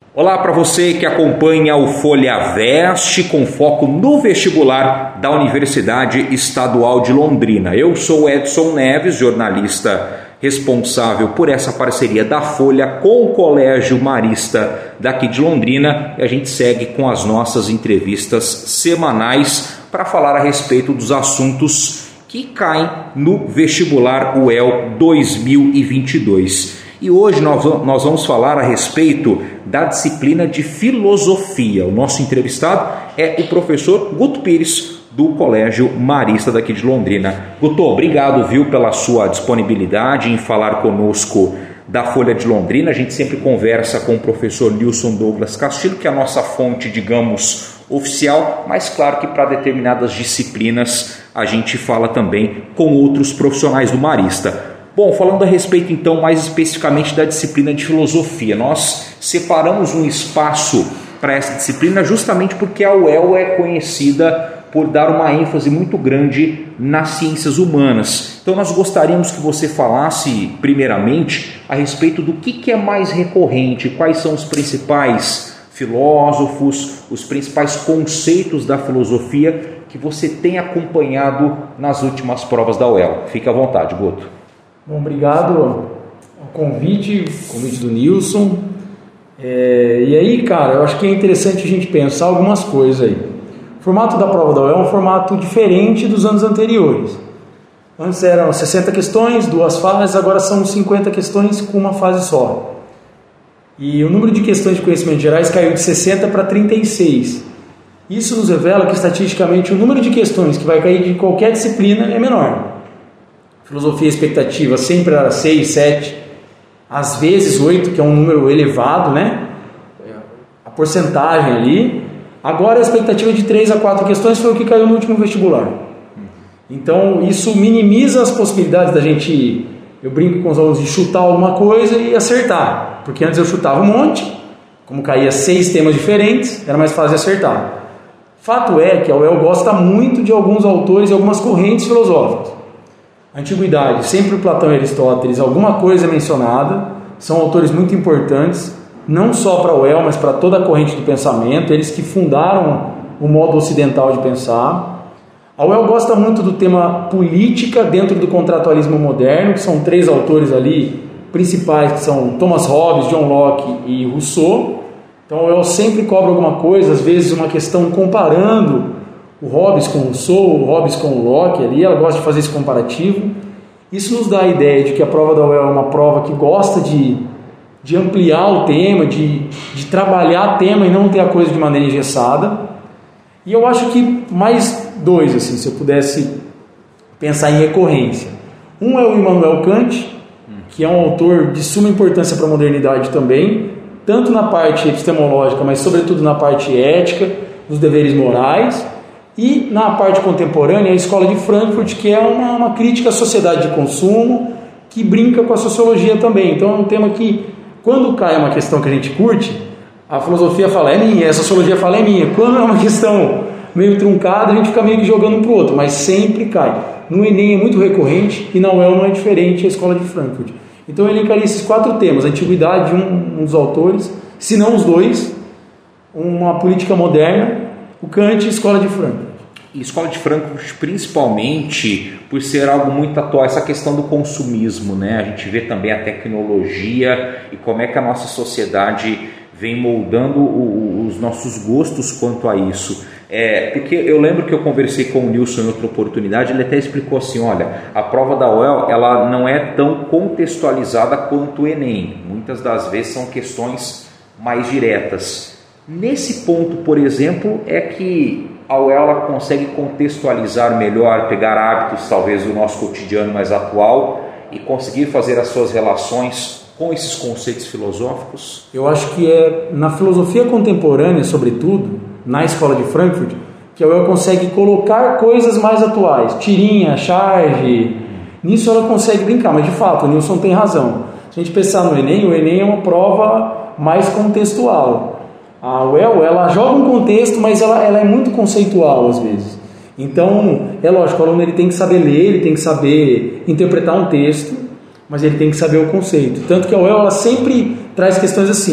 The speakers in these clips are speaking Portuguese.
Olá para você que acompanha o Folha Veste com foco no vestibular da Universidade Estadual de Londrina. Eu sou Edson Neves, jornalista responsável por essa parceria da Folha com o Colégio Marista daqui de Londrina, e a gente segue com as nossas entrevistas semanais para falar a respeito dos assuntos que caem no vestibular UEL 2022. E hoje nós vamos falar a respeito da disciplina de filosofia. O nosso entrevistado é o professor Guto Pires, do Colégio Marista daqui de Londrina. Guto, obrigado, pela sua disponibilidade em falar conosco da Folha de Londrina. A gente sempre conversa com o professor Nilson Douglas Castilho, que é a nossa fonte, digamos, oficial, mas claro que para determinadas disciplinas a gente fala também com outros profissionais do Marista. Bom, falando a respeito então mais especificamente da disciplina de filosofia, nós separamos um espaço para essa disciplina justamente porque a UEL é conhecida por dar uma ênfase muito grande nas ciências humanas. Então nós gostaríamos que você falasse primeiramente a respeito do que é mais recorrente, quais são os principais filósofos, os principais conceitos da filosofia que você tem acompanhado nas últimas provas da UEL. Fique à vontade, Guto. Bom, obrigado ao convite do Nilson. E aí, cara, eu acho que é interessante a gente pensar algumas coisas aí. O formato da prova da UEL é um formato diferente dos anos anteriores. Antes eram 60 questões, 2 fases, agora são 50 questões com uma fase só. E o número de questões de conhecimentos gerais caiu de 60 para 36. Isso nos revela que, estatisticamente, o número de questões que vai cair de qualquer disciplina é menor. Filosofia expectativa sempre era 6, 7, às vezes 8, que é um número elevado, né? A porcentagem ali. Agora a expectativa de 3 a 4 questões foi o que caiu no último vestibular. Então isso minimiza as possibilidades da gente, eu brinco com os alunos, de chutar alguma coisa e acertar. Porque antes eu chutava um monte, como caía 6 temas diferentes, era mais fácil de acertar. Fato é que a UEL gosta muito de alguns autores e algumas correntes filosóficas. Antiguidade, sempre Platão e Aristóteles, alguma coisa é mencionada, são autores muito importantes, não só para a UEL, mas para toda a corrente do pensamento, eles que fundaram o modo ocidental de pensar. A UEL gosta muito do tema política dentro do contratualismo moderno, que são 3 autores ali principais, que são Thomas Hobbes, John Locke e Rousseau. Então a UEL sempre cobra alguma coisa, às vezes uma questão comparando o Hobbes com o Rousseau, o Hobbes com o Locke ali, ela gosta de fazer esse comparativo. Isso nos dá a ideia de que a prova da UEL é uma prova que gosta de ampliar o tema, de trabalhar tema e não ter a coisa de maneira engessada. E eu acho que mais 2, assim, se eu pudesse pensar em recorrência. Um é o Immanuel Kant, que é um autor de suma importância para a modernidade também, tanto na parte epistemológica, mas sobretudo na parte ética, dos deveres morais. E na parte contemporânea, a Escola de Frankfurt, que é uma crítica à sociedade de consumo, que brinca com a sociologia também. Então é um tema que, quando cai uma questão que a gente curte, a filosofia fala, é minha, a sociologia fala, é minha. Quando é uma questão meio truncada, a gente fica meio que jogando um para o outro, mas sempre cai. No Enem é muito recorrente e na UEL não é diferente, a Escola de Frankfurt. Então eu elencaria esses 4 temas, antiguidade, um dos autores, se não os 2, uma política moderna, o Kant e a Escola de Frankfurt. E Escola de Frankfurt, principalmente por ser algo muito atual, essa questão do consumismo, né? A gente vê também a tecnologia e como é que a nossa sociedade vem moldando os nossos gostos quanto a isso. Porque eu lembro que eu conversei com o Nilson em outra oportunidade, ele até explicou assim, olha, a prova da UEL ela não é tão contextualizada quanto o Enem. Muitas das vezes são questões mais diretas. Nesse ponto, por exemplo, é que a UEL ela consegue contextualizar melhor, pegar hábitos talvez do nosso cotidiano mais atual e conseguir fazer as suas relações com esses conceitos filosóficos? Eu acho que é na filosofia contemporânea, sobretudo, na Escola de Frankfurt, que a UEL consegue colocar coisas mais atuais, tirinha, charge, nisso ela consegue brincar, mas de fato o Nilson tem razão. Se a gente pensar no Enem, o Enem é uma prova mais contextual. A UEL, ela joga um contexto, mas ela é muito conceitual às vezes. Então, é lógico, o aluno ele tem que saber ler, ele tem que saber interpretar um texto, mas ele tem que saber o conceito. Tanto que a UEL ela sempre traz questões assim,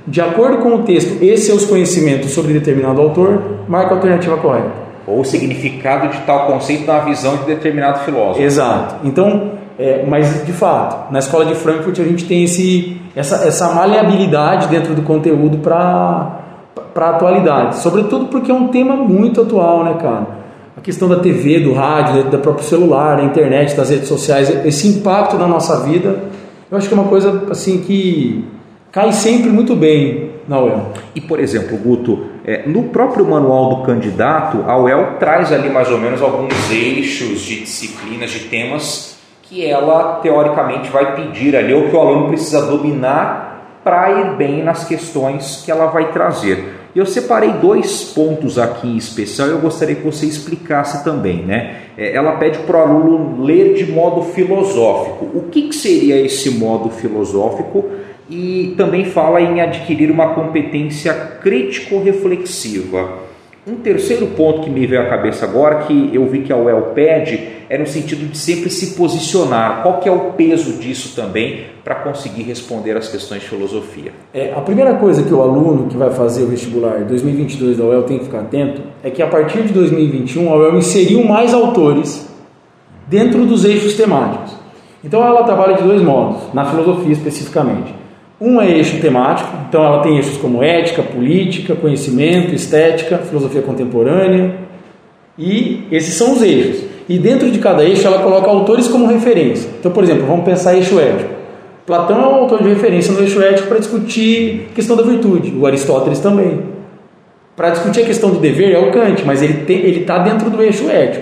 de acordo com o texto e seus conhecimentos sobre determinado autor, marca a alternativa correta. Ou o significado de tal conceito na visão de determinado filósofo. Exato. Então, mas de fato, na escola de Frankfurt a gente tem essa maleabilidade dentro do conteúdo para a atualidade. Sobretudo porque é um tema muito atual, né, cara? A questão da TV, do rádio, da próprio celular, da internet, das redes sociais, esse impacto na nossa vida, eu acho que é uma coisa assim que cai sempre muito bem na UEL. E, por exemplo, Guto, no próprio manual do candidato, a UEL traz ali mais ou menos alguns eixos de disciplinas, de temas que ela, teoricamente, vai pedir ali, ou que o aluno precisa dominar para ir bem nas questões que ela vai trazer. Eu separei 2 pontos aqui em especial e eu gostaria que você explicasse também, né? Ela pede para o aluno ler de modo filosófico. O que seria esse modo filosófico? E também fala em adquirir uma competência crítico-reflexiva. Um terceiro ponto que me veio à cabeça agora, que eu vi que a UEL pede, é no sentido de sempre se posicionar. Qual que é o peso disso também para conseguir responder às questões de filosofia? A primeira coisa que o aluno que vai fazer o vestibular 2022 da UEL tem que ficar atento é que a partir de 2021 a UEL inseriu mais autores dentro dos eixos temáticos. Então ela trabalha de 2 modos, na filosofia especificamente. Um é eixo temático, então ela tem eixos como ética, política, conhecimento, estética, filosofia contemporânea, e esses são os eixos. E dentro de cada eixo ela coloca autores como referência. Então, por exemplo, vamos pensar eixo ético. Platão é um autor de referência no eixo ético para discutir a questão da virtude, o Aristóteles também. Para discutir a questão do dever é o Kant, mas ele está dentro do eixo ético.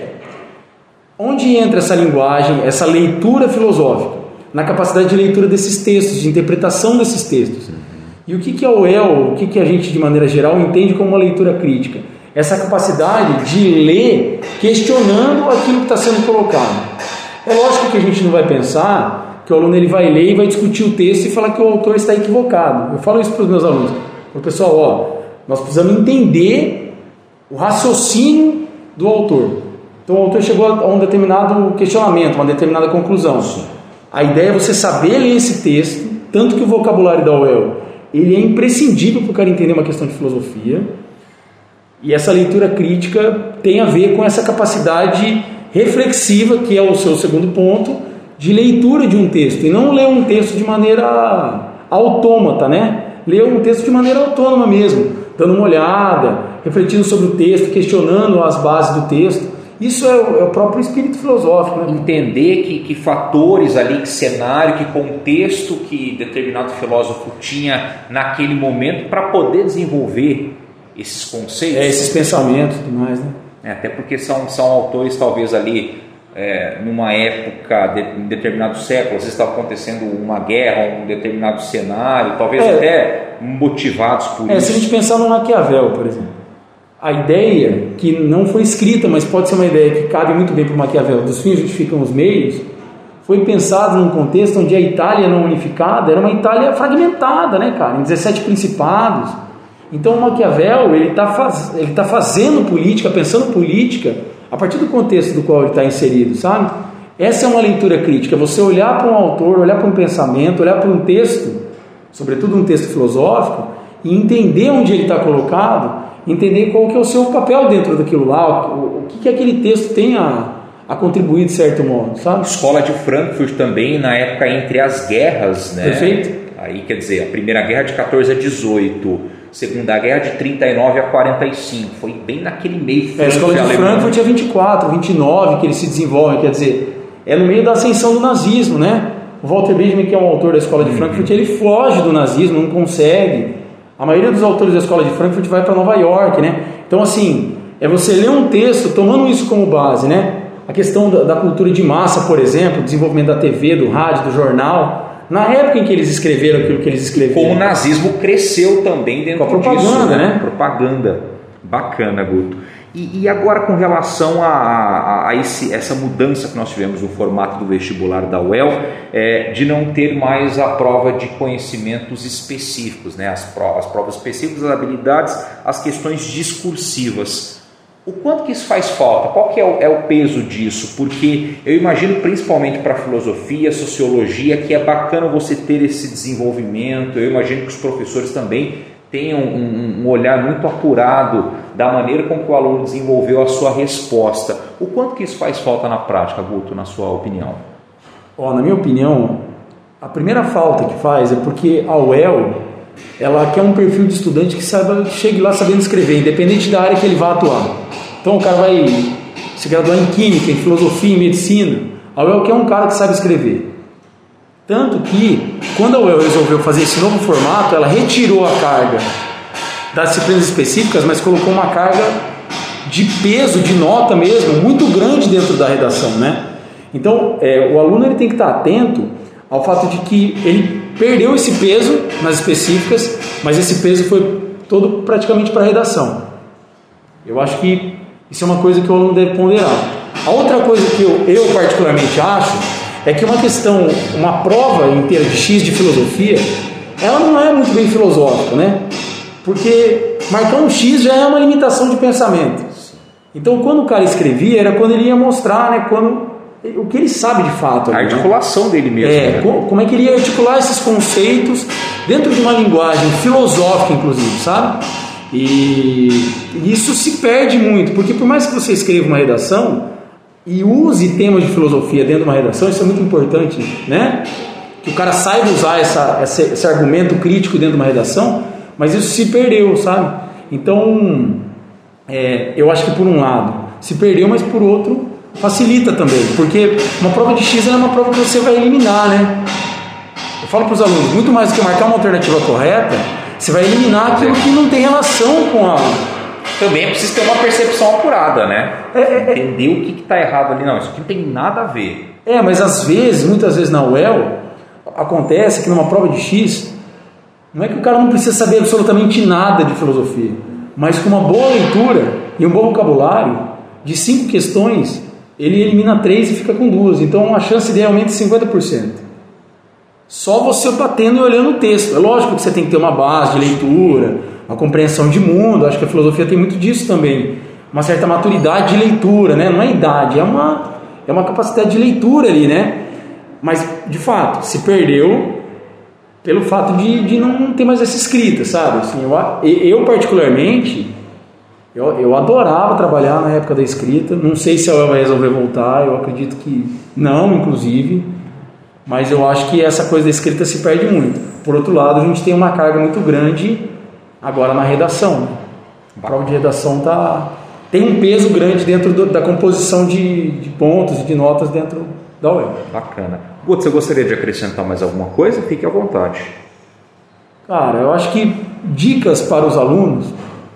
Onde entra essa linguagem, essa leitura filosófica? Na capacidade de leitura desses textos, de interpretação desses textos. E o que é o UEL, o que a gente, de maneira geral, entende como uma leitura crítica? Essa capacidade de ler questionando aquilo que está sendo colocado. É lógico que a gente não vai pensar que o aluno ele vai ler e vai discutir o texto e falar que o autor está equivocado. Eu falo isso para os meus alunos. Pessoal, nós precisamos entender o raciocínio do autor. Então o autor chegou a um determinado questionamento, uma determinada conclusão. A ideia é você saber ler esse texto, tanto que o vocabulário da UEL ele é imprescindível para o cara entender uma questão de filosofia, e essa leitura crítica tem a ver com essa capacidade reflexiva, que é o seu segundo ponto, de leitura de um texto, e não ler um texto de maneira autômata, né? Ler um texto de maneira autônoma mesmo, dando uma olhada, refletindo sobre o texto, questionando as bases do texto. Isso é o próprio espírito filosófico, né? Entender que fatores ali, que cenário, que contexto que determinado filósofo tinha naquele momento para poder desenvolver esses conceitos. Esses pensamentos e tudo mais, né? Até porque são autores talvez ali numa época, em determinados séculos, às vezes estava acontecendo uma guerra, um determinado cenário, talvez até motivados por isso. Se a gente pensar no Maquiavel, por exemplo. A ideia, que não foi escrita, mas pode ser uma ideia que cabe muito bem para o Maquiavel, dos fins justificam os meios, foi pensado num contexto onde a Itália não unificada era uma Itália fragmentada, né, cara, em 17 principados. Então o Maquiavel ele tá fazendo política, pensando política, a partir do contexto do qual ele está inserido, sabe? Essa é uma leitura crítica, você olhar para um autor, olhar para um pensamento, olhar para um texto, sobretudo um texto filosófico, e entender onde ele está colocado, entender qual que é o seu papel dentro daquilo lá, o que aquele texto tem a contribuir de certo modo, sabe? Escola de Frankfurt também, na época entre as guerras, né? Perfeito. Aí, quer dizer, a primeira guerra de 14 a 18, segunda guerra de 39 a 45, foi bem naquele meio. A escola de Frankfurt é 24, 29 que ele se desenvolve, quer dizer, é no meio da ascensão do nazismo, né? O Walter Benjamin, que é um autor da escola de Frankfurt, ele foge do nazismo, não consegue. A maioria dos autores da escola de Frankfurt vai para Nova York, né? Então, assim, é você ler um texto tomando isso como base, né? A questão da cultura de massa, por exemplo, o desenvolvimento da TV, do rádio, do jornal, na época em que eles escreveram aquilo que eles escreveram. Como o nazismo cresceu também dentro disso. Com a propaganda, disso, né? Propaganda. Bacana, Guto. E agora com relação a essa mudança que nós tivemos no formato do vestibular da UEL, de não ter mais a prova de conhecimentos específicos, né? As provas específicas, as habilidades, as questões discursivas. O quanto que isso faz falta? Qual que é o peso disso? Porque eu imagino, principalmente para a filosofia, sociologia, que é bacana você ter esse desenvolvimento. Eu imagino que os professores também tenham um olhar muito apurado da maneira como que o aluno desenvolveu a sua resposta. O quanto que isso faz falta na prática, Guto, na sua opinião? Na minha opinião, a primeira falta que faz é porque a UEL, ela quer um perfil de estudante que chegue lá sabendo escrever, independente da área que ele vá atuar. Então o cara vai se graduar em Química, em Filosofia, em Medicina. A UEL quer um cara que sabe escrever. Tanto que, quando a UEL resolveu fazer esse novo formato, ela retirou a carga das disciplinas específicas, mas colocou uma carga de peso, de nota mesmo, muito grande dentro da redação, né? Então, o aluno ele tem que estar atento ao fato de que ele perdeu esse peso nas específicas, mas esse peso foi todo praticamente para a redação. Eu acho que isso é uma coisa que o aluno deve ponderar. A outra coisa que eu particularmente acho é que uma prova inteira de X de filosofia, ela não é muito bem filosófica, né? Porque marcar um X já é uma limitação de pensamento. Então, quando o cara escrevia, era quando ele ia mostrar, né, o que ele sabe de fato. A articulação dele mesmo. Como é que ele ia articular esses conceitos dentro de uma linguagem filosófica, inclusive, sabe? E isso se perde muito, porque por mais que você escreva uma redação e use temas de filosofia dentro de uma redação, isso é muito importante, né? Que o cara saiba usar esse argumento crítico dentro de uma redação, mas isso se perdeu, sabe? Então, eu acho que por um lado se perdeu, mas por outro facilita também, porque uma prova de X é uma prova que você vai eliminar, né? Eu falo para os alunos, muito mais do que marcar uma alternativa correta, você vai eliminar aquilo que não tem relação com a... Também é preciso ter uma percepção apurada, né? Entender o que está errado ali. Não, isso aqui não tem nada a ver. Mas muitas vezes na UEL, acontece que numa prova de X, não é que o cara não precisa saber absolutamente nada de filosofia, mas com uma boa leitura e um bom vocabulário, de 5 questões, ele elimina 3 e fica com 2. Então a chance idealmente é 50%. Só você batendo e olhando o texto. É lógico que você tem que ter uma base de leitura, uma compreensão de mundo. Acho que a filosofia tem muito disso também. Uma certa maturidade de leitura, né? Não é idade, é uma capacidade de leitura ali, né? Mas, de fato, se perdeu pelo fato de não ter mais essa escrita, sabe? Assim, eu particularmente, eu adorava trabalhar na época da escrita. Não sei se ela vai resolver voltar, eu acredito que não, inclusive. Mas eu acho que essa coisa da escrita se perde muito. Por outro lado, a gente tem uma carga muito grande agora na redação. A prova de redação tem um peso grande dentro da composição de pontos e de notas dentro da UEL. Bacana. Guto, você gostaria de acrescentar mais alguma coisa? Fique à vontade. Cara, eu acho que dicas para os alunos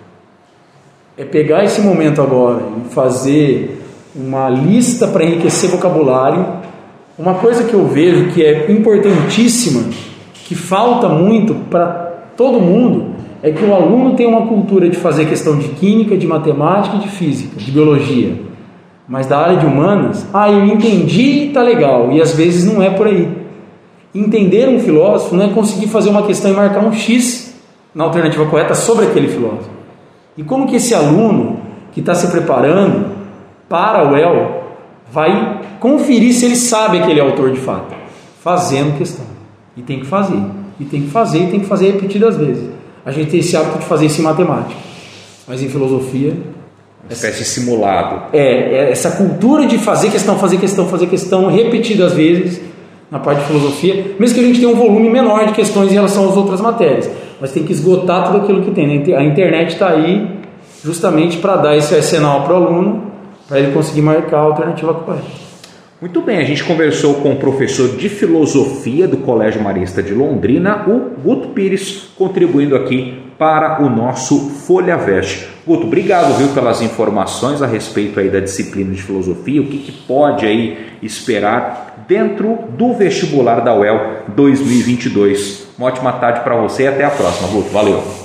é pegar esse momento agora e fazer uma lista para enriquecer vocabulário. Uma coisa que eu vejo que é importantíssima, que falta muito para todo mundo, é que o aluno tem uma cultura de fazer questão de química, de matemática e de física, de biologia. Mas da área de humanas, eu entendi e tá legal. E às vezes não é por aí. Entender um filósofo não é conseguir fazer uma questão e marcar um X na alternativa correta sobre aquele filósofo. E como que esse aluno que está se preparando para a UEL vai conferir se ele sabe aquele autor de fato? Fazendo questão. E tem que fazer. E tem que fazer, e tem que fazer repetidas vezes. A gente tem esse hábito de fazer isso em matemática. Mas em filosofia... Uma espécie de simulado. Essa cultura de fazer questão repetidas vezes na parte de filosofia, mesmo que a gente tenha um volume menor de questões em relação às outras matérias. Mas tem que esgotar tudo aquilo que tem. A internet está aí justamente para dar esse arsenal para o aluno, para ele conseguir marcar a alternativa correta. Muito bem, a gente conversou com o professor de filosofia do Colégio Marista de Londrina, o Guto Pires, contribuindo aqui para o nosso Folha Veste. Guto, obrigado, pelas informações a respeito aí da disciplina de filosofia, o que pode aí esperar dentro do vestibular da UEL 2022. Uma ótima tarde para você e até a próxima, Guto. Valeu!